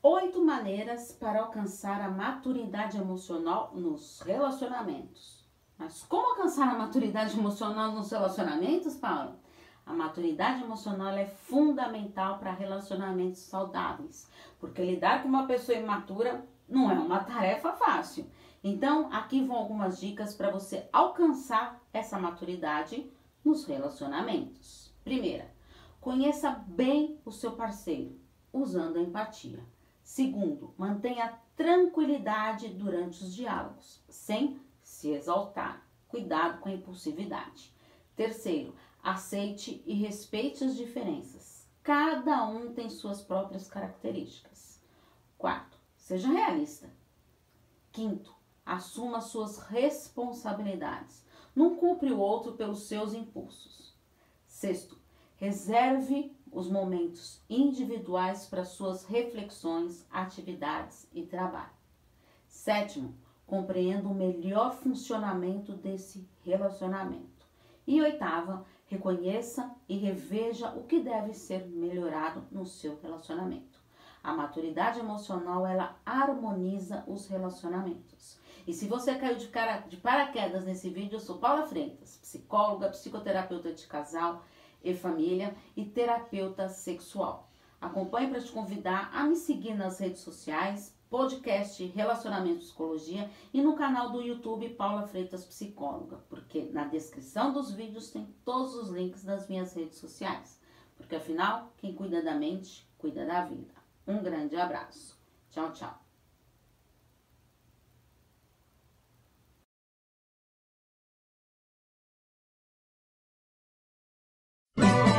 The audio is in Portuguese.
8 maneiras para alcançar a maturidade emocional nos relacionamentos. Mas como alcançar a maturidade emocional nos relacionamentos, Paulo? A maturidade emocional é fundamental para relacionamentos saudáveis, porque lidar com uma pessoa imatura não é uma tarefa fácil. Então, aqui vão algumas dicas para você alcançar essa maturidade nos relacionamentos. Primeira, conheça bem o seu parceiro, usando a empatia. Segundo, mantenha tranquilidade durante os diálogos, sem se exaltar. Cuidado com a impulsividade. Terceiro, aceite e respeite as diferenças. Cada um tem suas próprias características. Quarto, seja realista. Quinto, assuma suas responsabilidades. Não culpe o outro pelos seus impulsos. Sexto, reserve os momentos individuais para suas reflexões, atividades e trabalho. Sétimo, compreenda o melhor funcionamento desse relacionamento. E oitava, reconheça e reveja o que deve ser melhorado no seu relacionamento. A maturidade emocional, ela harmoniza os relacionamentos. E se você caiu de paraquedas nesse vídeo, eu sou Paula Freitas, psicóloga, psicoterapeuta de casal e família e terapeuta sexual. Acompanhe para te convidar a me seguir nas redes sociais, podcast Relacionamento Psicologia e no canal do YouTube Paula Freitas Psicóloga, porque na descrição dos vídeos tem todos os links das minhas redes sociais, porque afinal, quem cuida da mente, cuida da vida. Um grande abraço. Tchau, tchau.